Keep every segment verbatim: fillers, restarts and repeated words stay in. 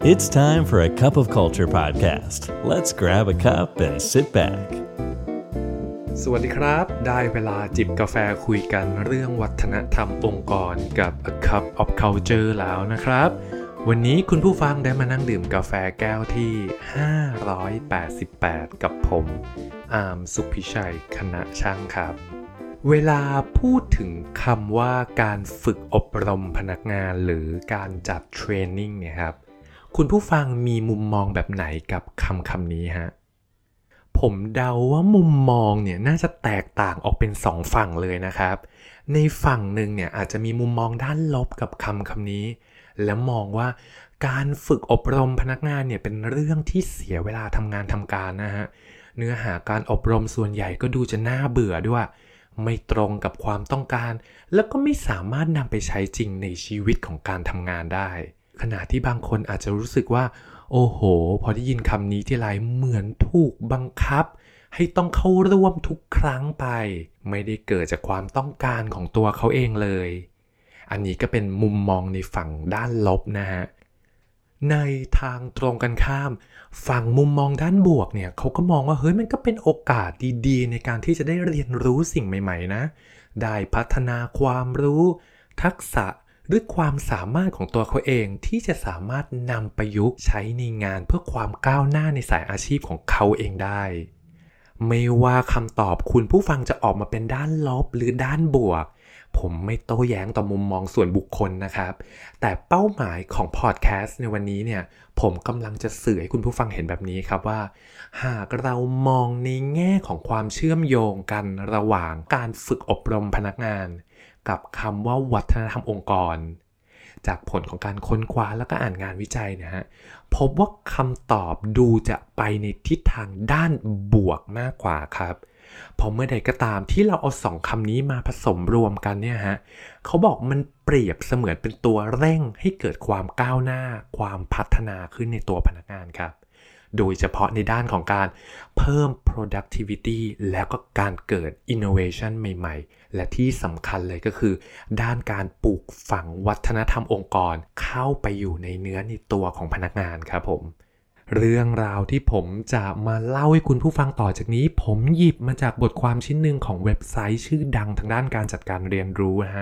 It's time for a cup of culture podcast. Let's grab a cup and sit back. สวัสดีครับได้เวลาจิบกาแฟคุยกันเรื่องวัฒนธรรมองค์กรกับ A Cup of Culture แล้วนะครับวันนี้คุณผู้ฟังได้มานั่งดื่มกาแฟแก้วที่ห้าร้อยแปดสิบแปดกับผมอาร์มสุขพิชัยคณะช่างครับเวลาพูดถึงคำว่าการฝึกอบรมพนักงานหรือการจัดเทรนนิ่งเนี่ยครับคุณผู้ฟังมีมุมมองแบบไหนกับคำคำนี้ฮะผมเดาว่ามุมมองเนี่ยน่าจะแตกต่างออกเป็นสองฝั่งเลยนะครับในฝั่งหนึ่งเนี่ยอาจจะมีมุมมองด้านลบกับคำคำนี้และมองว่าการฝึกอบรมพนักงานเนี่ยเป็นเรื่องที่เสียเวลาทำงานทำการนะฮะเนื้อหาการอบรมส่วนใหญ่ก็ดูจะน่าเบื่อด้วยไม่ตรงกับความต้องการแล้วก็ไม่สามารถนำไปใช้จริงในชีวิตของการทำงานได้ขณะที่บางคนอาจจะรู้สึกว่าโอ้โหพอได้ยินคำนี้ทีไรเหมือนถูกบังคับให้ต้องเข้าร่วมทุกครั้งไปไม่ได้เกิดจากความต้องการของตัวเขาเองเลยอันนี้ก็เป็นมุมมองในฝั่งด้านลบนะฮะในทางตรงกันข้ามฝั่งมุมมองด้านบวกเนี่ยเขาก็มองว่าเฮ้ยมันก็เป็นโอกาสดีๆในการที่จะได้เรียนรู้สิ่งใหม่ๆนะได้พัฒนาความรู้ทักษะหรือความสามารถของตัวเขาเองที่จะสามารถนำประยุกต์ใช้ในงานเพื่อความก้าวหน้าในสายอาชีพของเขาเองได้ไม่ว่าคำตอบคุณผู้ฟังจะออกมาเป็นด้านลบหรือด้านบวกผมไม่โต้แย้งต่อมุมมองส่วนบุคคลนะครับแต่เป้าหมายของพอดแคสต์ในวันนี้เนี่ยผมกำลังจะสื่อให้คุณผู้ฟังเห็นแบบนี้ครับว่าหากเรามองในแง่ของความเชื่อมโยงกันระหว่างการฝึกอบรมพนักงานกับคำว่าวัฒนธรรมองค์กรจากผลของการค้นคว้าแล้วก็อ่านงานวิจัยนะฮะพบว่าคำตอบดูจะไปในทิศทางด้านบวกมากกว่าครับพอเมื่อใดก็ตามที่เราเอาสองคำนี้มาผสมรวมกันเนี่ยฮะเขาบอกมันเปรียบเสมือนเป็นตัวเร่งให้เกิดความก้าวหน้าความพัฒนาขึ้นในตัวพนักงานครับโดยเฉพาะในด้านของการเพิ่ม productivity แล้วก็การเกิด innovation ใหม่ๆและที่สำคัญเลยก็คือด้านการปลูกฝังวัฒนธรรมองค์กรเข้าไปอยู่ในเนื้อในตัวของพนักงานครับผมเรื่องราวที่ผมจะมาเล่าให้คุณผู้ฟังต่อจากนี้ผมหยิบมาจากบทความชิ้นหนึ่งของเว็บไซต์ชื่อดังทางด้านการจัดการเรียนรู้นะฮะ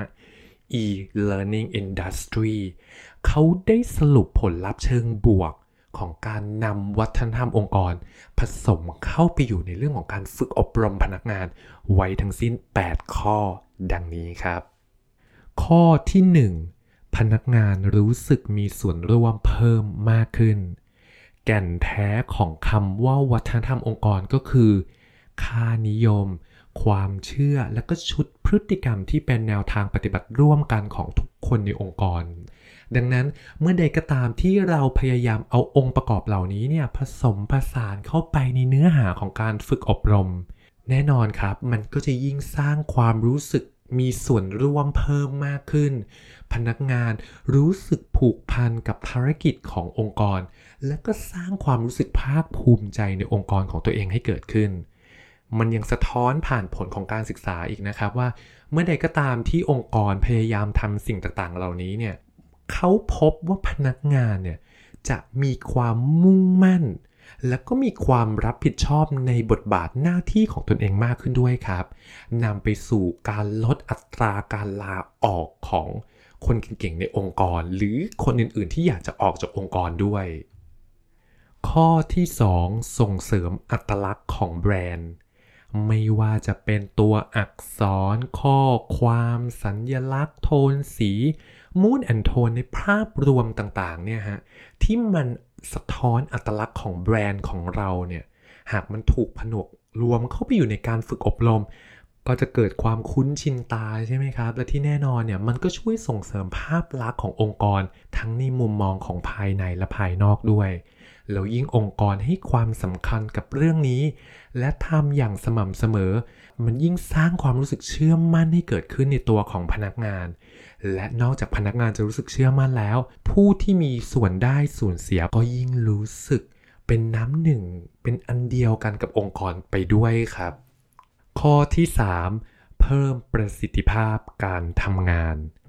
e-learning industry เขาได้สรุปผลลัพธ์เชิงบวกของการนำวัฒนธรรมองค์กรผสมเข้าไปอยู่ในเรื่องของการฝึกอบรมพนักงานไว้ทั้งสิ้นแปดข้อดังนี้ครับข้อที่หนึ่งพนักงานรู้สึกมีส่วนร่วมเพิ่มมากขึ้นแก่นแท้ของคำว่าวัฒนธรรมองค์กรก็คือค่านิยมความเชื่อและก็ชุดพฤติกรรมที่เป็นแนวทางปฏิบัติร่วมกันของทุกคนในองค์กรดังนั้นเมื่อใดก็ตามที่เราพยายามเอาองค์ประกอบเหล่านี้เนี่ยผสมผสานเข้าไปในเนื้อหาของการฝึกอบรมแน่นอนครับมันก็จะยิ่งสร้างความรู้สึกมีส่วนร่วมเพิ่มมากขึ้นพนักงานรู้สึกผูกพันกับภารกิจขององค์กรและก็สร้างความรู้สึกภาคภูมิใจในองค์กรของตัวเองให้เกิดขึ้นมันยังสะท้อนผ่านผลของการศึกษาอีกนะครับว่าเมื่อใดก็ตามที่องค์กรพยายามทำสิ่งต่างๆเหล่านี้เนี่ยเขาพบว่าพนักงานเนี่ยจะมีความมุ่งมั่นและก็มีความรับผิดชอบในบทบาทหน้าที่ของตนเองมากขึ้นด้วยครับนำไปสู่การลดอัตราการลาออกของคนเก่งๆในองค์กรหรือคนอื่นๆที่อยากจะออกจากองค์กรด้วยข้อที่สองส่งเสริมอัตลักษณ์ของแบรนด์ไม่ว่าจะเป็นตัวอักษรข้อความสัญลักษณ์โทนสีมูดแอนด์โทนในภาพรวมต่างๆเนี่ยฮะที่มันสะท้อนอัตลักษณ์ของแบรนด์ของเราเนี่ยหากมันถูกผนวกรวมเข้าไปอยู่ในการฝึกอบรมก็จะเกิดความคุ้นชินตาใช่ไหมครับและที่แน่นอนเนี่ยมันก็ช่วยส่งเสริมภาพลักษณ์ขององค์กรทั้งในมุมมองของภายในและภายนอกด้วยแล้วยิ่งองค์กรให้ความสำคัญกับเรื่องนี้และทำอย่างสม่ำเสมอมันยิ่งสร้างความรู้สึกเชื่อมั่นให้เกิดขึ้นในตัวของพนักงานและนอกจากพนักงานจะรู้สึกเชื่อมั่นแล้วผู้ที่มีส่วนได้ส่วนเสียก็ยิ่งรู้สึกเป็นน้ำหนึ่งเป็นอันเดียวกันกับองค์กรไปด้วยครับข้อที่สามเพิ่มประสิทธิภาพการทำงานพ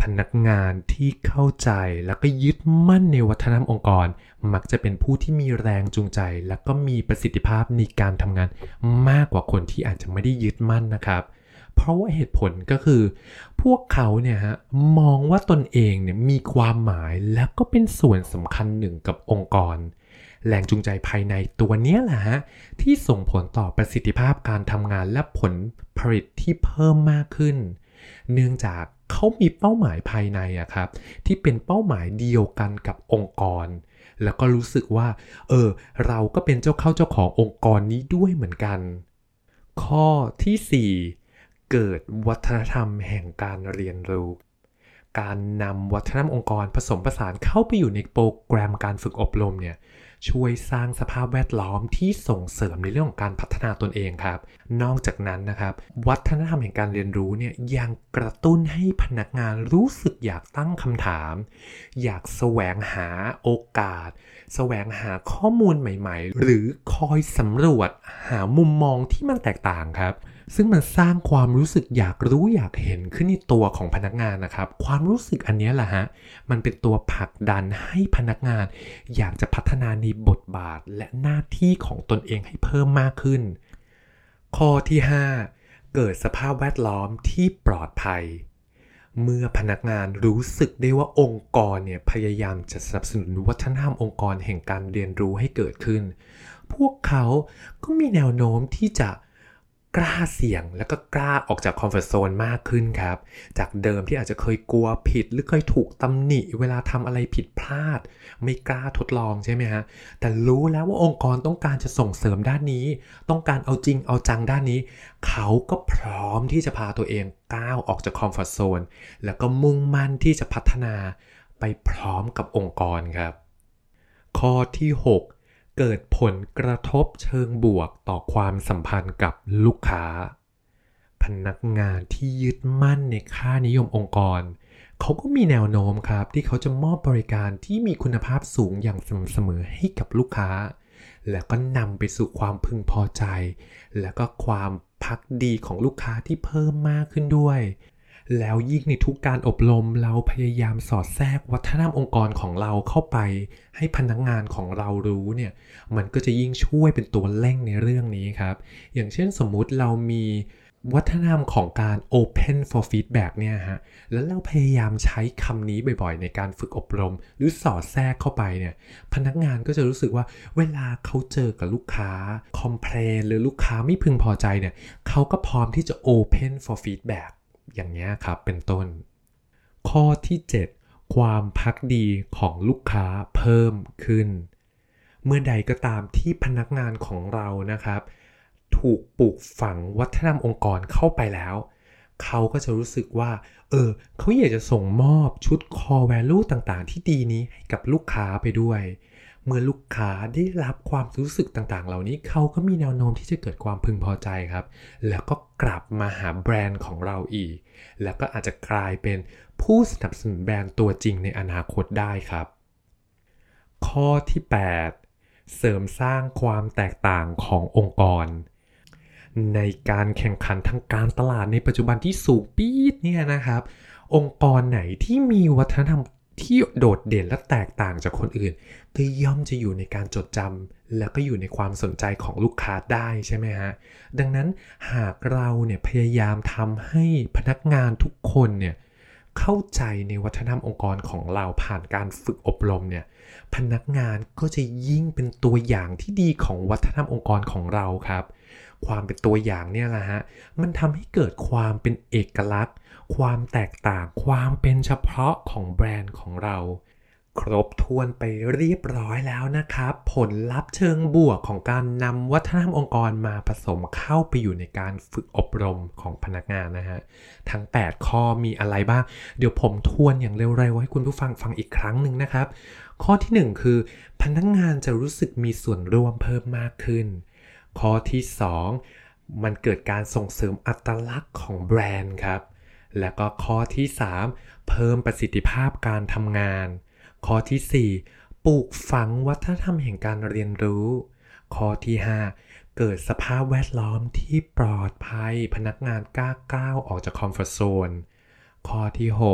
พนักงานที่เข้าใจแล้วก็ยึดมั่นในวัฒนธรรมองค์กรมักจะเป็นผู้ที่มีแรงจูงใจแล้วก็มีประสิทธิภาพในการทำงานมากกว่าคนที่อาจจะไม่ได้ยึดมั่นนะครับเพราะว่าเหตุผลก็คือพวกเขาเนี่ยฮะมองว่าตนเองเนี่ยมีความหมายแล้วก็เป็นส่วนสำคัญหนึ่งกับองค์กรแรงจูงใจภายในตัวนี้แหละฮะที่ส่งผลต่อประสิทธิภาพการทำงานและผลผลิตที่เพิ่มมากขึ้นเนื่องจากเขามีเป้าหมายภายในอะครับที่เป็นเป้าหมายเดียวกันกับองค์กรแล้วก็รู้สึกว่าเออเราก็เป็นเจ้าเข้าเจ้าขององค์กรนี้ด้วยเหมือนกันข้อที่สี่เกิดวัฒนธรรมแห่งการเรียนรู้การนำวัฒนธรรมองค์กรผสมผสานเข้าไปอยู่ในโปรแกรมการฝึกอบรมเนี่ยช่วยสร้างสภาพแวดล้อมที่ส่งเสริมในเรื่องของการพัฒนาตนเองครับนอกจากนั้นนะครับวัฒนธรรมแห่งการเรียนรู้เนี่ยยังกระตุ้นให้พนักงานรู้สึกอยากตั้งคำถามอยากแสวงหาโอกาสแสวงหาข้อมูลใหม่ๆหรือคอยสำรวจหามุมมองที่มันแตกต่างครับซึ่งมันสร้างความรู้สึกอยากรู้อยากเห็นขึ้นในตัวของพนักงานนะครับความรู้สึกอันนี้แหละฮะมันเป็นตัวผลักดันให้พนักงานอยากจะพัฒนาในบทบาทและหน้าที่ของตนเองให้เพิ่มมากขึ้นข้อที่ห้าเกิดสภาพแวดล้อมที่ปลอดภัยเมื่อพนักงานรู้สึกได้ว่าองค์กรเนี่ยพยายามจะสนับสนุนวัฒนธรรมองค์กรแห่งการเรียนรู้ให้เกิดขึ้นพวกเขาก็มีแนวโน้มที่จะกล้าเสี่ยงแล้วก็กล้าออกจากคอมฟอร์ตโซนมากขึ้นครับจากเดิมที่อาจจะเคยกลัวผิดหรือเคยถูกตำหนิเวลาทำอะไรผิดพลาดไม่กล้าทดลองใช่ไหมฮะแต่รู้แล้วว่าองค์กรต้องการจะส่งเสริมด้านนี้ต้องการเอาจริงเอาจังด้านนี้เขาก็พร้อมที่จะพาตัวเองก้าวออกจากคอมฟอร์ตโซนแล้วก็มุ่งมั่นที่จะพัฒนาไปพร้อมกับองค์กรครับข้อที่หกเกิดผลกระทบเชิงบวกต่อความสัมพันธ์กับลูกค้าพนักงานที่ยึดมั่นในค่านิยมองค์กรเขาก็มีแนวโน้มครับที่เขาจะมอบบริการที่มีคุณภาพสูงอย่างสม่ำเสมอให้กับลูกค้าแล้วก็นำไปสู่ความพึงพอใจและก็ความภักดีของลูกค้าที่เพิ่มมากขึ้นด้วยแล้วยิ่งในทุกการอบรมเราพยายามสอดแทรกวัฒนธรรมองค์กรของเราเข้าไปให้พนักงานของเรารู้เนี่ยมันก็จะยิ่งช่วยเป็นตัวเร่งในเรื่องนี้ครับอย่างเช่นสมมุติเรามีวัฒนธรรมของการ open for feedback เนี่ยฮะแล้วเราพยายามใช้คำนี้บ่อยๆในการฝึกอบรมหรือสอดแทรกเข้าไปเนี่ยพนักงานก็จะรู้สึกว่าเวลาเขาเจอกับลูกค้า complain หรือลูกค้าไม่พึงพอใจเนี่ยเขาก็พร้อมที่จะ open for feedbackอย่างนี้ครับเป็นต้นข้อที่เจ็ดความภักดีของลูกค้าเพิ่มขึ้นเมื่อใดก็ตามที่พนักงานของเรานะครับถูกปลูกฝังวัฒนธรรมองค์กรเข้าไปแล้วเขาก็จะรู้สึกว่าเออเขาอยากจะส่งมอบชุด core value ต่างๆที่ดีนี้ให้กับลูกค้าไปด้วยเมื่อลูกค้าได้รับความรู้สึกต่างๆเหล่านี้เขาก็มีแนวโน้มที่จะเกิดความพึงพอใจครับแล้วก็กลับมาหาแบรนด์ของเราอีกแล้วก็อาจจะกลายเป็นผู้สนับสนุนแบรนด์ตัวจริงในอนาคตได้ครับข้อที่แปดเสริมสร้างความแตกต่างขององค์กรในการแข่งขันทางการตลาดในปัจจุบันที่สูงปี๊ดเนี่ยนะครับองค์กรไหนที่มีวัฒนธรรมที่โดดเด่นและแตกต่างจากคนอื่นก็ย่อมจะอยู่ในการจดจำแล้วก็อยู่ในความสนใจของลูกค้าได้ใช่ไหมฮะดังนั้นหากเราเนี่ยพยายามทำให้พนักงานทุกคนเนี่ยเข้าใจในวัฒนธรรมองค์กรของเราผ่านการฝึกอบรมเนี่ยพนักงานก็จะยิ่งเป็นตัวอย่างที่ดีของวัฒนธรรมองค์กรของเราครับความเป็นตัวอย่างเนี่ยแหละฮะมันทำให้เกิดความเป็นเอกลักษณ์ความแตกต่างความเป็นเฉพาะของแบรนด์ของเราครบถ้วนไปเรียบร้อยแล้วนะครับผลลัพธ์เชิงบวกของการนำวัฒนธรรมองค์กรมาผสมเข้าไปอยู่ในการฝึกอบรมของพนักงานนะฮะทั้งแปดข้อมีอะไรบ้างเดี๋ยวผมทวนอย่างเร็วๆให้คุณผู้ฟังฟังอีกครั้งหนึ่งนะครับข้อที่หนึ่งคือพนักงานจะรู้สึกมีส่วนร่วมเพิ่มมากขึ้นข้อที่สองมันเกิดการส่งเสริมอัตลักษณ์ของแบรนด์ครับและก็ข้อที่สามเพิ่มประสิทธิภาพการทำงานข้อที่สี่ปลูกฝังวัฒนธรรมแห่งการเรียนรู้ข้อที่ห้าเกิดสภาพแวดล้อมที่ปลอดภัยพนักงานกล้าก้าวออกจากคอมฟอร์ตโซนข้อที่หก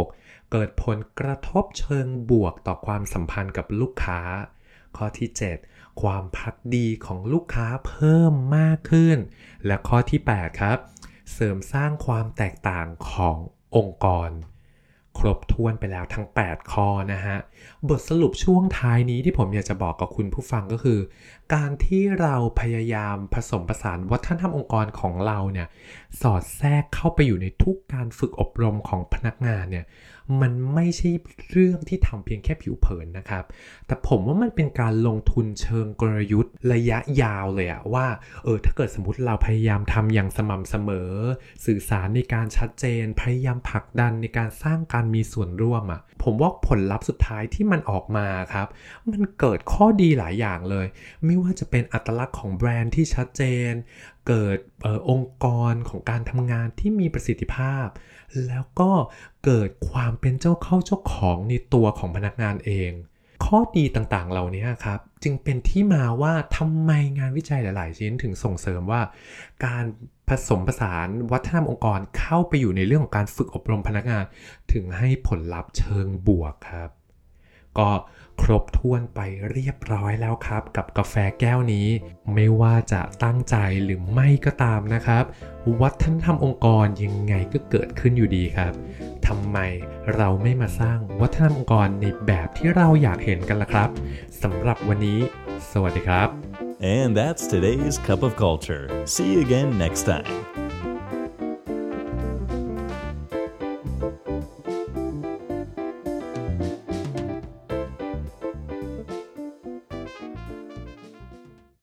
เกิดผลกระทบเชิงบวกต่อความสัมพันธ์กับลูกค้าข้อที่เจ็ดความภักดีของลูกค้าเพิ่มมากขึ้นและข้อที่แปดครับเสริมสร้างความแตกต่างขององค์กรครบถ้วนไปแล้วทั้งแปดข้อนะฮะบทสรุปช่วงท้ายนี้ที่ผมอยากจะบอกกับคุณผู้ฟังก็คือการที่เราพยายามผสมผสานวัฒนธรรมองค์กรของเราเนี่ยสอดแทรกเข้าไปอยู่ในทุกการฝึกอบรมของพนักงานเนี่ยมันไม่ใช่เรื่องที่ทำเพียงแค่ผิวเผินนะครับแต่ผมว่ามันเป็นการลงทุนเชิงกลยุทธ์ระยะยาวเลยอะว่าเออถ้าเกิดสมมติเราพยายามทำอย่างสม่ำเสมอสื่อสารในการชัดเจนพยายามผลักดันในการสร้างการมีส่วนร่วมอะผมว่าผลลัพธ์สุดท้ายที่มันออกมาครับมันเกิดข้อดีหลายอย่างเลยไม่ว่าจะเป็นอัตลักษณ์ของแบรนด์ที่ชัดเจนเกิดเอ่อองค์กรของการทำงานที่มีประสิทธิภาพแล้วก็เกิดความเป็นเจ้าเข้าเจ้าของในตัวของพนักงานเองข้อดีต่างๆเหล่านี้ครับจึงเป็นที่มาว่าทำไมงานวิจัยหลายๆชิ้นถึงส่งเสริมว่าการผสมผสานวัฒนธรรมองค์กรเข้าไปอยู่ในเรื่องของการฝึกอบรมพนักงานถึงให้ผลลัพธ์เชิงบวกครับก็ครบถ้วนไปเรียบร้อยแล้วครับกับกาแฟแก้วนี้ไม่ว่าจะตั้งใจหรือไม่ก็ตามนะครับวัฒนธรรมองค์กรยังไงก็เกิดขึ้นอยู่ดีครับทำไมเราไม่มาสร้างวัฒนธรรมองค์กรในแบบที่เราอยากเห็นกันล่ะครับสำหรับวันนี้สวัสดีครับ And that's today's Cup of Culture. See you again next time.